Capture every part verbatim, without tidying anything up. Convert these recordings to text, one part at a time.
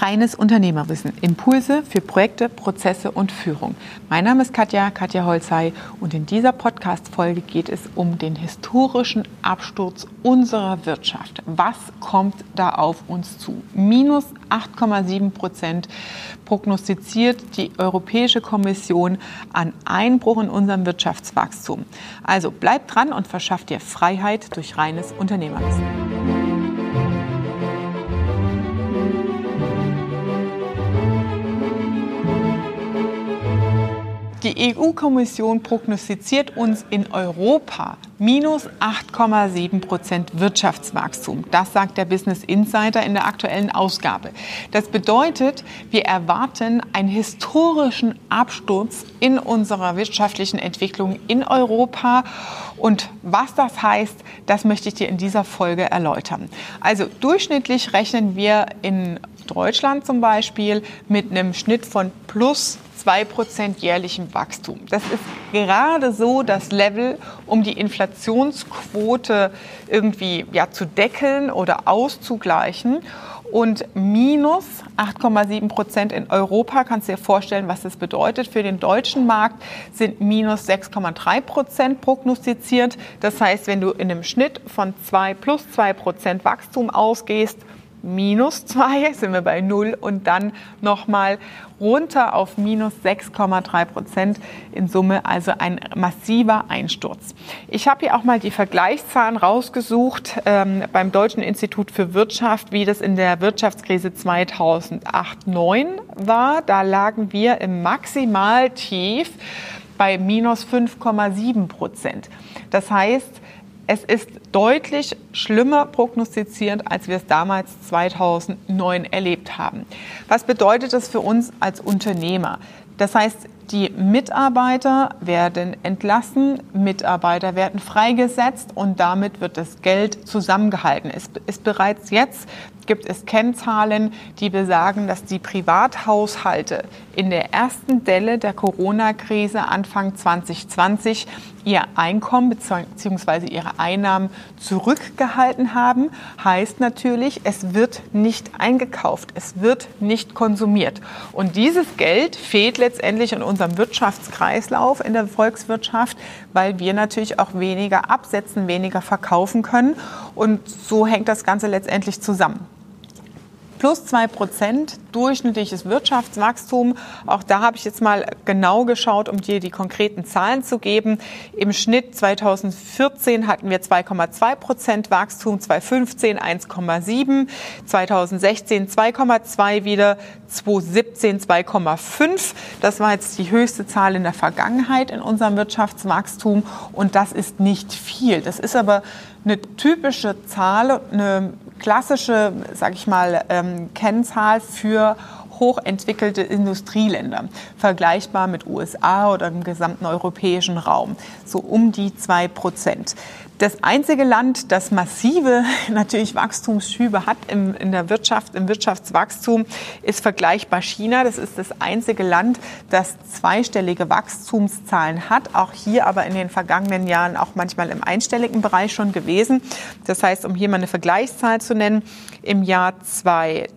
Reines Unternehmerwissen. Impulse für Projekte, Prozesse und Führung. Mein Name ist Katja, Katja Holzhey, und in dieser Podcast-Folge geht es um den historischen Absturz unserer Wirtschaft. Was kommt da auf uns zu? Minus acht Komma sieben Prozent prognostiziert die Europäische Kommission an Einbruch in unserem Wirtschaftswachstum. Also bleibt dran und verschafft dir Freiheit durch reines Unternehmerwissen. Die E U-Kommission prognostiziert uns in Europa minus acht Komma sieben Prozent Wirtschaftswachstum. Das sagt der Business Insider in der aktuellen Ausgabe. Das bedeutet, wir erwarten einen historischen Absturz in unserer wirtschaftlichen Entwicklung in Europa. Und was das heißt, das möchte ich dir in dieser Folge erläutern. Also durchschnittlich rechnen wir in Deutschland zum Beispiel mit einem Schnitt von plus zwei Prozent jährlichem Wachstum. Das ist gerade so das Level, um die Inflationsquote irgendwie ja, zu deckeln oder auszugleichen. Und minus acht Komma sieben Prozent in Europa, kannst du dir vorstellen, was das bedeutet. Für den deutschen Markt sind minus sechs Komma drei Prozent prognostiziert. Das heißt, wenn du in einem Schnitt von zwei plus zwei Prozent Wachstum ausgehst, minus zwei, sind wir bei null, und dann nochmal runter auf minus sechs Komma drei Prozent in Summe, also ein massiver Einsturz. Ich habe hier auch mal die Vergleichszahlen rausgesucht ähm, beim Deutschen Institut für Wirtschaft, wie das in der Wirtschaftskrise zweitausendacht neun war. Da lagen wir im Maximaltief bei minus fünf Komma sieben Prozent. Das heißt, es ist deutlich schlimmer prognostiziert, als wir es damals zweitausendneun erlebt haben. Was bedeutet das für uns als Unternehmer? Das heißt, die Mitarbeiter werden entlassen, Mitarbeiter werden freigesetzt und damit wird das Geld zusammengehalten. Es ist bereits jetzt gibt es Kennzahlen, die besagen, dass die Privathaushalte in der ersten Delle der Corona-Krise Anfang zwanzig zwanzig ihr Einkommen bzw. ihre Einnahmen zurückgehalten haben. Heißt natürlich, es wird nicht eingekauft, es wird nicht konsumiert. Und dieses Geld fehlt letztendlich in unserem Wirtschaftskreislauf in der Volkswirtschaft, weil wir natürlich auch weniger absetzen, weniger verkaufen können. Und so hängt das Ganze letztendlich zusammen. Plus zwei Prozent durchschnittliches Wirtschaftswachstum. Auch da habe ich jetzt mal genau geschaut, um dir die konkreten Zahlen zu geben. Im Schnitt zweitausendvierzehn hatten wir zwei Komma zwei Prozent Wachstum, zweitausendfünfzehn eins Komma sieben, zweitausendsechzehn zwei Komma zwei wieder, zweitausendsiebzehn zwei Komma fünf. Das war jetzt die höchste Zahl in der Vergangenheit in unserem Wirtschaftswachstum, und das ist nicht viel. Das ist aber eine typische Zahl, eine klassische, sage ich mal, ähm, Kennzahl für hochentwickelte Industrieländer, vergleichbar mit U S A oder dem gesamten europäischen Raum, so um die zwei Prozent. Das einzige Land, das massive natürlich Wachstumsschübe hat im, in der Wirtschaft, im Wirtschaftswachstum, ist vergleichbar China. Das ist das einzige Land, das zweistellige Wachstumszahlen hat. Auch hier aber in den vergangenen Jahren auch manchmal im einstelligen Bereich schon gewesen. Das heißt, um hier mal eine Vergleichszahl zu nennen, im Jahr zweitausend,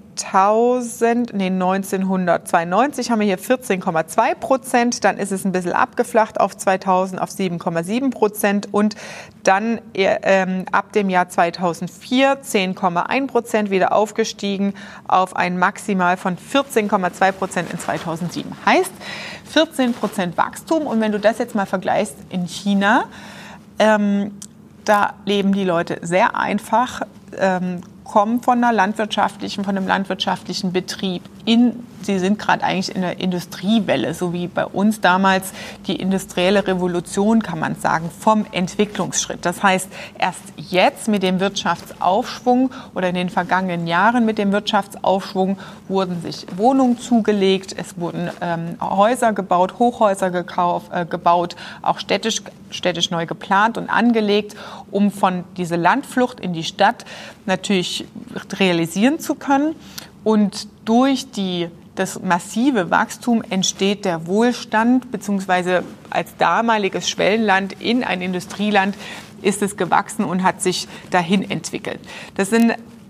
nee, neunzehnhundertzweiundneunzig haben wir hier vierzehn Komma zwei Prozent, dann ist es ein bisschen abgeflacht auf zweitausend auf sieben Komma sieben Prozent und dann ähm, ab dem Jahr zweitausendvier zehn Komma eins Prozent wieder aufgestiegen auf ein Maximal von vierzehn Komma zwei Prozent in zweitausendsieben. Heißt vierzehn Prozent Wachstum, und wenn du das jetzt mal vergleichst in China, ähm, da leben die Leute sehr einfach, ähm, kommen von einer landwirtschaftlichen, von einem landwirtschaftlichen Betrieb in, sie sind gerade eigentlich in der Industriewelle, so wie bei uns damals die industrielle Revolution, kann man sagen, vom Entwicklungsschritt. Das heißt, erst jetzt mit dem Wirtschaftsaufschwung oder in den vergangenen Jahren mit dem Wirtschaftsaufschwung wurden sich Wohnungen zugelegt, es wurden ähm, Häuser gebaut, Hochhäuser gekauft, äh, gebaut, auch städtisch, städtisch neu geplant und angelegt, um von dieser Landflucht in die Stadt natürlich realisieren zu können. Und durch die, das massive Wachstum entsteht der Wohlstand, beziehungsweise als damaliges Schwellenland in ein Industrieland ist es gewachsen und hat sich dahin entwickelt. Das sind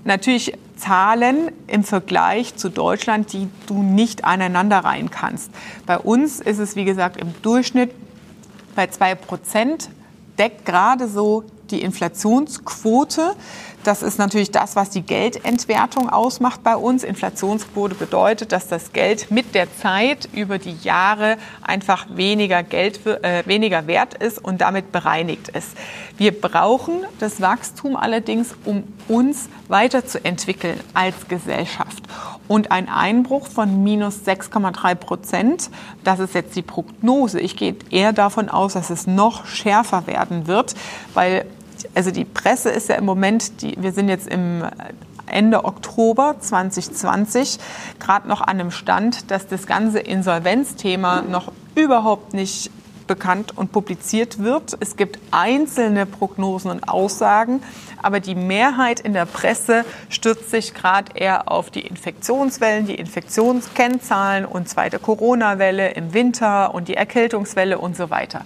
natürlich Zahlen im Vergleich zu Deutschland, die du nicht aneinanderreihen kannst. Bei uns ist es, wie gesagt, im Durchschnitt bei zwei Prozent, deckt gerade so die Inflationsquote. Das ist natürlich das, was die Geldentwertung ausmacht bei uns. Inflationsquote bedeutet, dass das Geld mit der Zeit über die Jahre einfach weniger Geld, äh, weniger wert ist und damit bereinigt ist. Wir brauchen das Wachstum allerdings, um uns weiterzuentwickeln als Gesellschaft. Und ein Einbruch von minus sechs Komma drei Prozent, das ist jetzt die Prognose. Ich gehe eher davon aus, dass es noch schärfer werden wird, weil also die Presse ist ja im Moment, die, wir sind jetzt im Ende Oktober zwanzig zwanzig gerade noch an einem Stand, dass das ganze Insolvenzthema noch überhaupt nicht bekannt und publiziert wird. Es gibt einzelne Prognosen und Aussagen, aber die Mehrheit in der Presse stürzt sich gerade eher auf die Infektionswellen, die Infektionskennzahlen und zweite Corona-Welle im Winter und die Erkältungswelle und so weiter.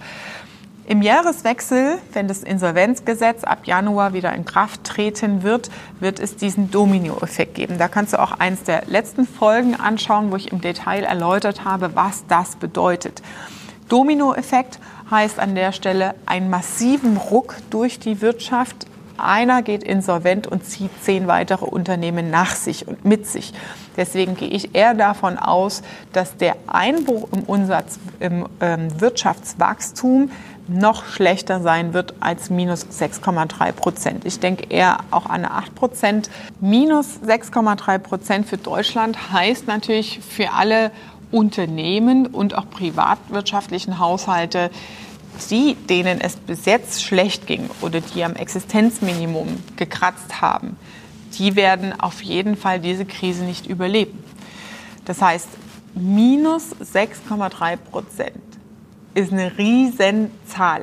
Im Jahreswechsel, wenn das Insolvenzgesetz ab Januar wieder in Kraft treten wird, wird es diesen Dominoeffekt geben. Da kannst du auch eins der letzten Folgen anschauen, wo ich im Detail erläutert habe, was das bedeutet. Dominoeffekt heißt an der Stelle einen massiven Ruck durch die Wirtschaft. Einer geht insolvent und zieht zehn weitere Unternehmen nach sich und mit sich. Deswegen gehe ich eher davon aus, dass der Einbruch im Umsatz, im ähm, Wirtschaftswachstum noch schlechter sein wird als minus sechs Komma drei Prozent. Ich denke eher auch an eine acht Prozent. Minus sechs Komma drei Prozent für Deutschland heißt natürlich für alle Unternehmen und auch privatwirtschaftlichen Haushalte, die, denen es bis jetzt schlecht ging oder die am Existenzminimum gekratzt haben, die werden auf jeden Fall diese Krise nicht überleben. Das heißt, minus sechs Komma drei Prozent ist eine Riesenzahl.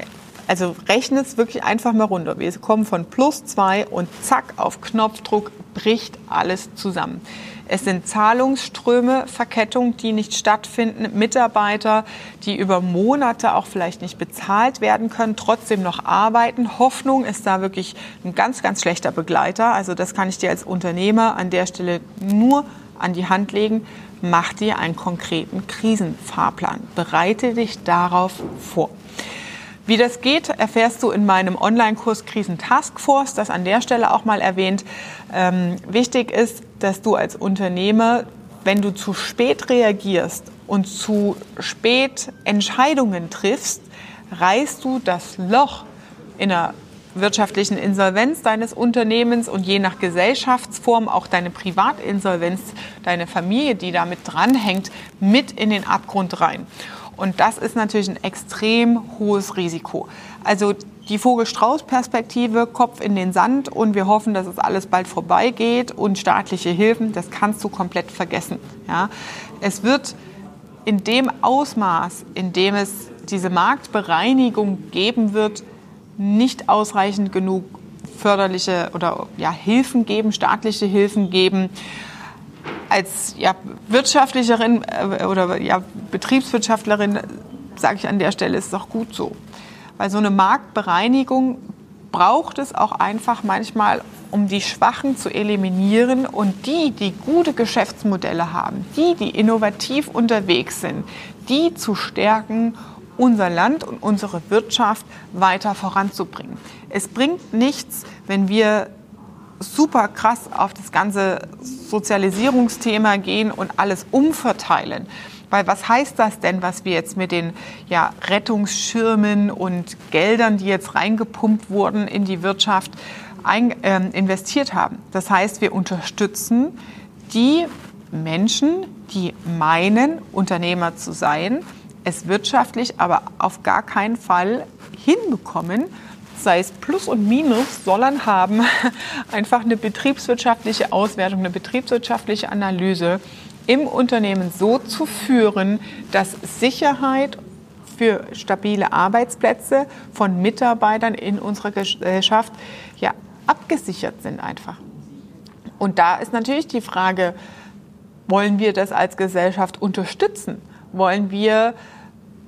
Also rechne es wirklich einfach mal runter. Wir kommen von plus zwei und zack, auf Knopfdruck bricht alles zusammen. Es sind Zahlungsströme, Verkettungen, die nicht stattfinden, Mitarbeiter, die über Monate auch vielleicht nicht bezahlt werden können, trotzdem noch arbeiten. Hoffnung ist da wirklich ein ganz, ganz schlechter Begleiter. Also das kann ich dir als Unternehmer an der Stelle nur an die Hand legen. Mach dir einen konkreten Krisenfahrplan. Bereite dich darauf vor. Wie das geht, erfährst du in meinem Online-Kurs Krisen-Taskforce, das an der Stelle auch mal erwähnt. Ähm, wichtig ist, dass du als Unternehmer, wenn du zu spät reagierst und zu spät Entscheidungen triffst, reißt du das Loch in der wirtschaftlichen Insolvenz deines Unternehmens und je nach Gesellschaftsform auch deine Privatinsolvenz, deine Familie, die damit dranhängt, mit in den Abgrund rein. Und das ist natürlich ein extrem hohes Risiko. Also die Vogel-Strauß-Perspektive, Kopf in den Sand und wir hoffen, dass es alles bald vorbeigeht und staatliche Hilfen, das kannst du komplett vergessen. Ja? Es wird in dem Ausmaß, in dem es diese Marktbereinigung geben wird, nicht ausreichend genug förderliche oder ja, Hilfen geben, staatliche Hilfen geben. Als ja, Wirtschaftlerin äh, oder ja, Betriebswirtschaftlerin sage ich an der Stelle, ist es auch gut so. Weil so eine Marktbereinigung braucht es auch einfach manchmal, um die Schwachen zu eliminieren und die, die gute Geschäftsmodelle haben, die, die innovativ unterwegs sind, die zu stärken, unser Land und unsere Wirtschaft weiter voranzubringen. Es bringt nichts, wenn wir super krass auf das ganze Sozialisierungsthema gehen und alles umverteilen. Weil was heißt das denn, was wir jetzt mit den ja, Rettungsschirmen und Geldern, die jetzt reingepumpt wurden in die Wirtschaft, ein, äh, investiert haben? Das heißt, wir unterstützen die Menschen, die meinen, Unternehmer zu sein, es wirtschaftlich aber auf gar keinen Fall hinbekommen, sei es Plus und Minus, sollen haben, einfach eine betriebswirtschaftliche Auswertung, eine betriebswirtschaftliche Analyse im Unternehmen so zu führen, dass Sicherheit für stabile Arbeitsplätze von Mitarbeitern in unserer Gesellschaft ja, abgesichert sind einfach. Und da ist natürlich die Frage, wollen wir das als Gesellschaft unterstützen? Wollen wir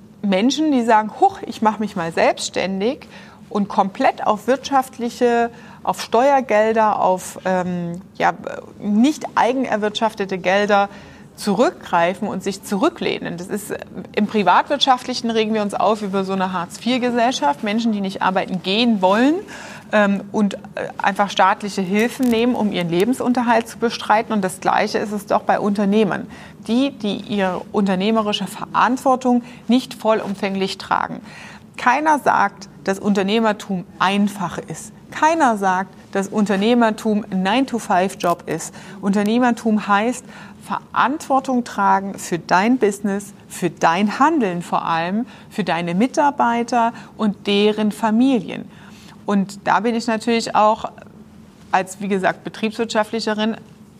Menschen, die sagen, huch, ich mache mich mal selbstständig und komplett auf wirtschaftliche auf Steuergelder, auf ähm, ja, nicht eigenerwirtschaftete Gelder zurückgreifen und sich zurücklehnen. Das ist im Privatwirtschaftlichen regen wir uns auf über so eine Hartz vier Gesellschaft, Menschen, die nicht arbeiten gehen wollen ähm, und einfach staatliche Hilfen nehmen, um ihren Lebensunterhalt zu bestreiten. Und das Gleiche ist es doch bei Unternehmern, die, die ihre unternehmerische Verantwortung nicht vollumfänglich tragen. Keiner sagt, dass Unternehmertum einfach ist. Keiner sagt, dass Unternehmertum ein nine to five Job ist. Unternehmertum heißt, Verantwortung tragen für dein Business, für dein Handeln vor allem, für deine Mitarbeiter und deren Familien. Und da bin ich natürlich auch als, wie gesagt, Betriebswirtschaftlicherin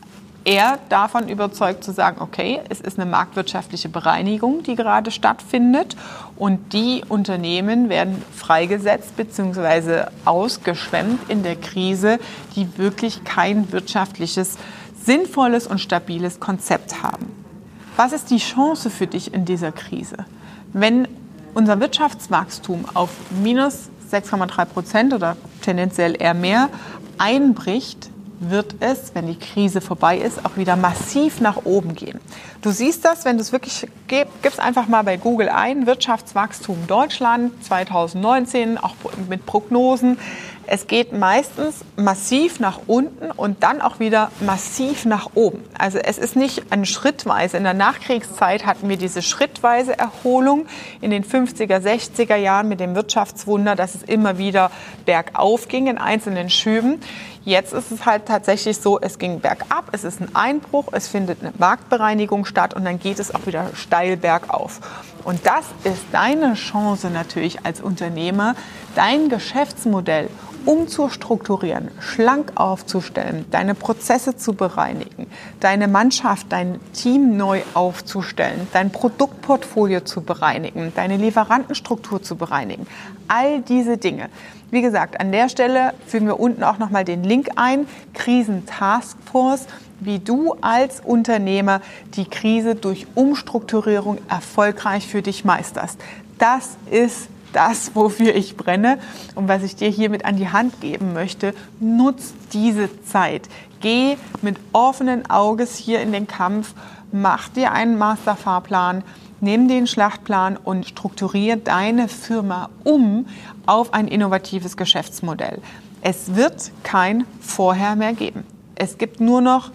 eher davon überzeugt zu sagen, okay, es ist eine marktwirtschaftliche Bereinigung, die gerade stattfindet und die Unternehmen werden freigesetzt bzw. ausgeschwemmt in der Krise, die wirklich kein wirtschaftliches, sinnvolles und stabiles Konzept haben. Was ist die Chance für dich in dieser Krise? Wenn unser Wirtschaftswachstum auf minus sechs Komma drei Prozent oder tendenziell eher mehr einbricht, wird es, wenn die Krise vorbei ist, auch wieder massiv nach oben gehen. Du siehst das, wenn du es wirklich gibst, gibst einfach mal bei Google ein, Wirtschaftswachstum Deutschland zwanzig neunzehn, auch mit Prognosen. Es geht meistens massiv nach unten und dann auch wieder massiv nach oben. Also es ist nicht eine schrittweise. In der Nachkriegszeit hatten wir diese schrittweise Erholung in den fünfziger, sechziger Jahren mit dem Wirtschaftswunder, dass es immer wieder bergauf ging in einzelnen Schüben. Jetzt ist es halt tatsächlich so, es ging bergab, es ist ein Einbruch, es findet eine Marktbereinigung statt und dann geht es auch wieder steil bergauf. Und das ist deine Chance natürlich als Unternehmer, dein Geschäftsmodell umzustrukturieren, schlank aufzustellen, deine Prozesse zu bereinigen, deine Mannschaft, dein Team neu aufzustellen, dein Produktportfolio zu bereinigen, deine Lieferantenstruktur zu bereinigen. All diese Dinge. Wie gesagt, an der Stelle fügen wir unten auch nochmal den Link ein, Krisen-Taskforce, wie du als Unternehmer die Krise durch Umstrukturierung erfolgreich für dich meisterst. Das ist das, wofür ich brenne und was ich dir hiermit an die Hand geben möchte. Nutz diese Zeit. Geh mit offenen Auges hier in den Kampf, mach dir einen Masterfahrplan, nimm den Schlachtplan und strukturiere deine Firma um auf ein innovatives Geschäftsmodell. Es wird kein Vorher mehr geben. Es gibt nur noch,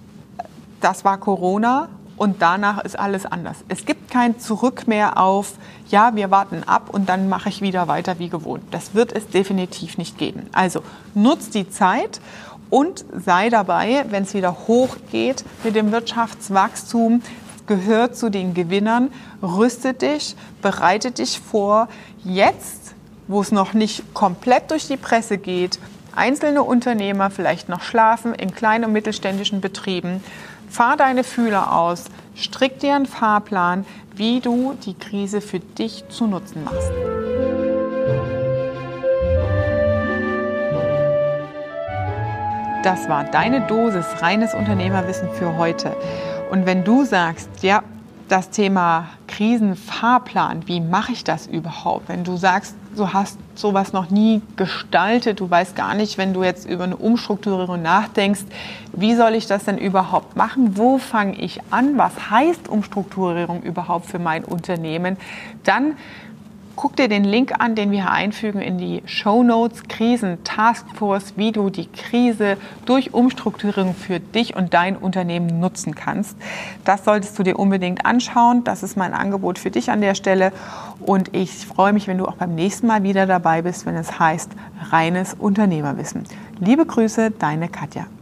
das war Corona und danach ist alles anders. Es gibt kein Zurück mehr auf, ja, wir warten ab und dann mache ich wieder weiter wie gewohnt. Das wird es definitiv nicht geben. Also nutz die Zeit und sei dabei, wenn es wieder hochgeht mit dem Wirtschaftswachstum, gehört zu den Gewinnern, rüste dich, bereite dich vor, jetzt, wo es noch nicht komplett durch die Presse geht, einzelne Unternehmer vielleicht noch schlafen in kleinen und mittelständischen Betrieben, fahr deine Fühler aus, strick dir einen Fahrplan, wie du die Krise für dich zu Nutzen machst. Das war deine Dosis reines Unternehmerwissen für heute. Und wenn du sagst, ja, das Thema Krisenfahrplan, wie mache ich das überhaupt? Wenn du sagst, du hast sowas noch nie gestaltet, du weißt gar nicht, wenn du jetzt über eine Umstrukturierung nachdenkst, wie soll ich das denn überhaupt machen? Wo fange ich an? Was heißt Umstrukturierung überhaupt für mein Unternehmen? Dann guck dir den Link an, den wir hier einfügen in die Shownotes, Krisen-Taskforce, wie du die Krise durch Umstrukturierung für dich und dein Unternehmen nutzen kannst. Das solltest du dir unbedingt anschauen. Das ist mein Angebot für dich an der Stelle. Und ich freue mich, wenn du auch beim nächsten Mal wieder dabei bist, wenn es heißt reines Unternehmerwissen. Liebe Grüße, deine Katja.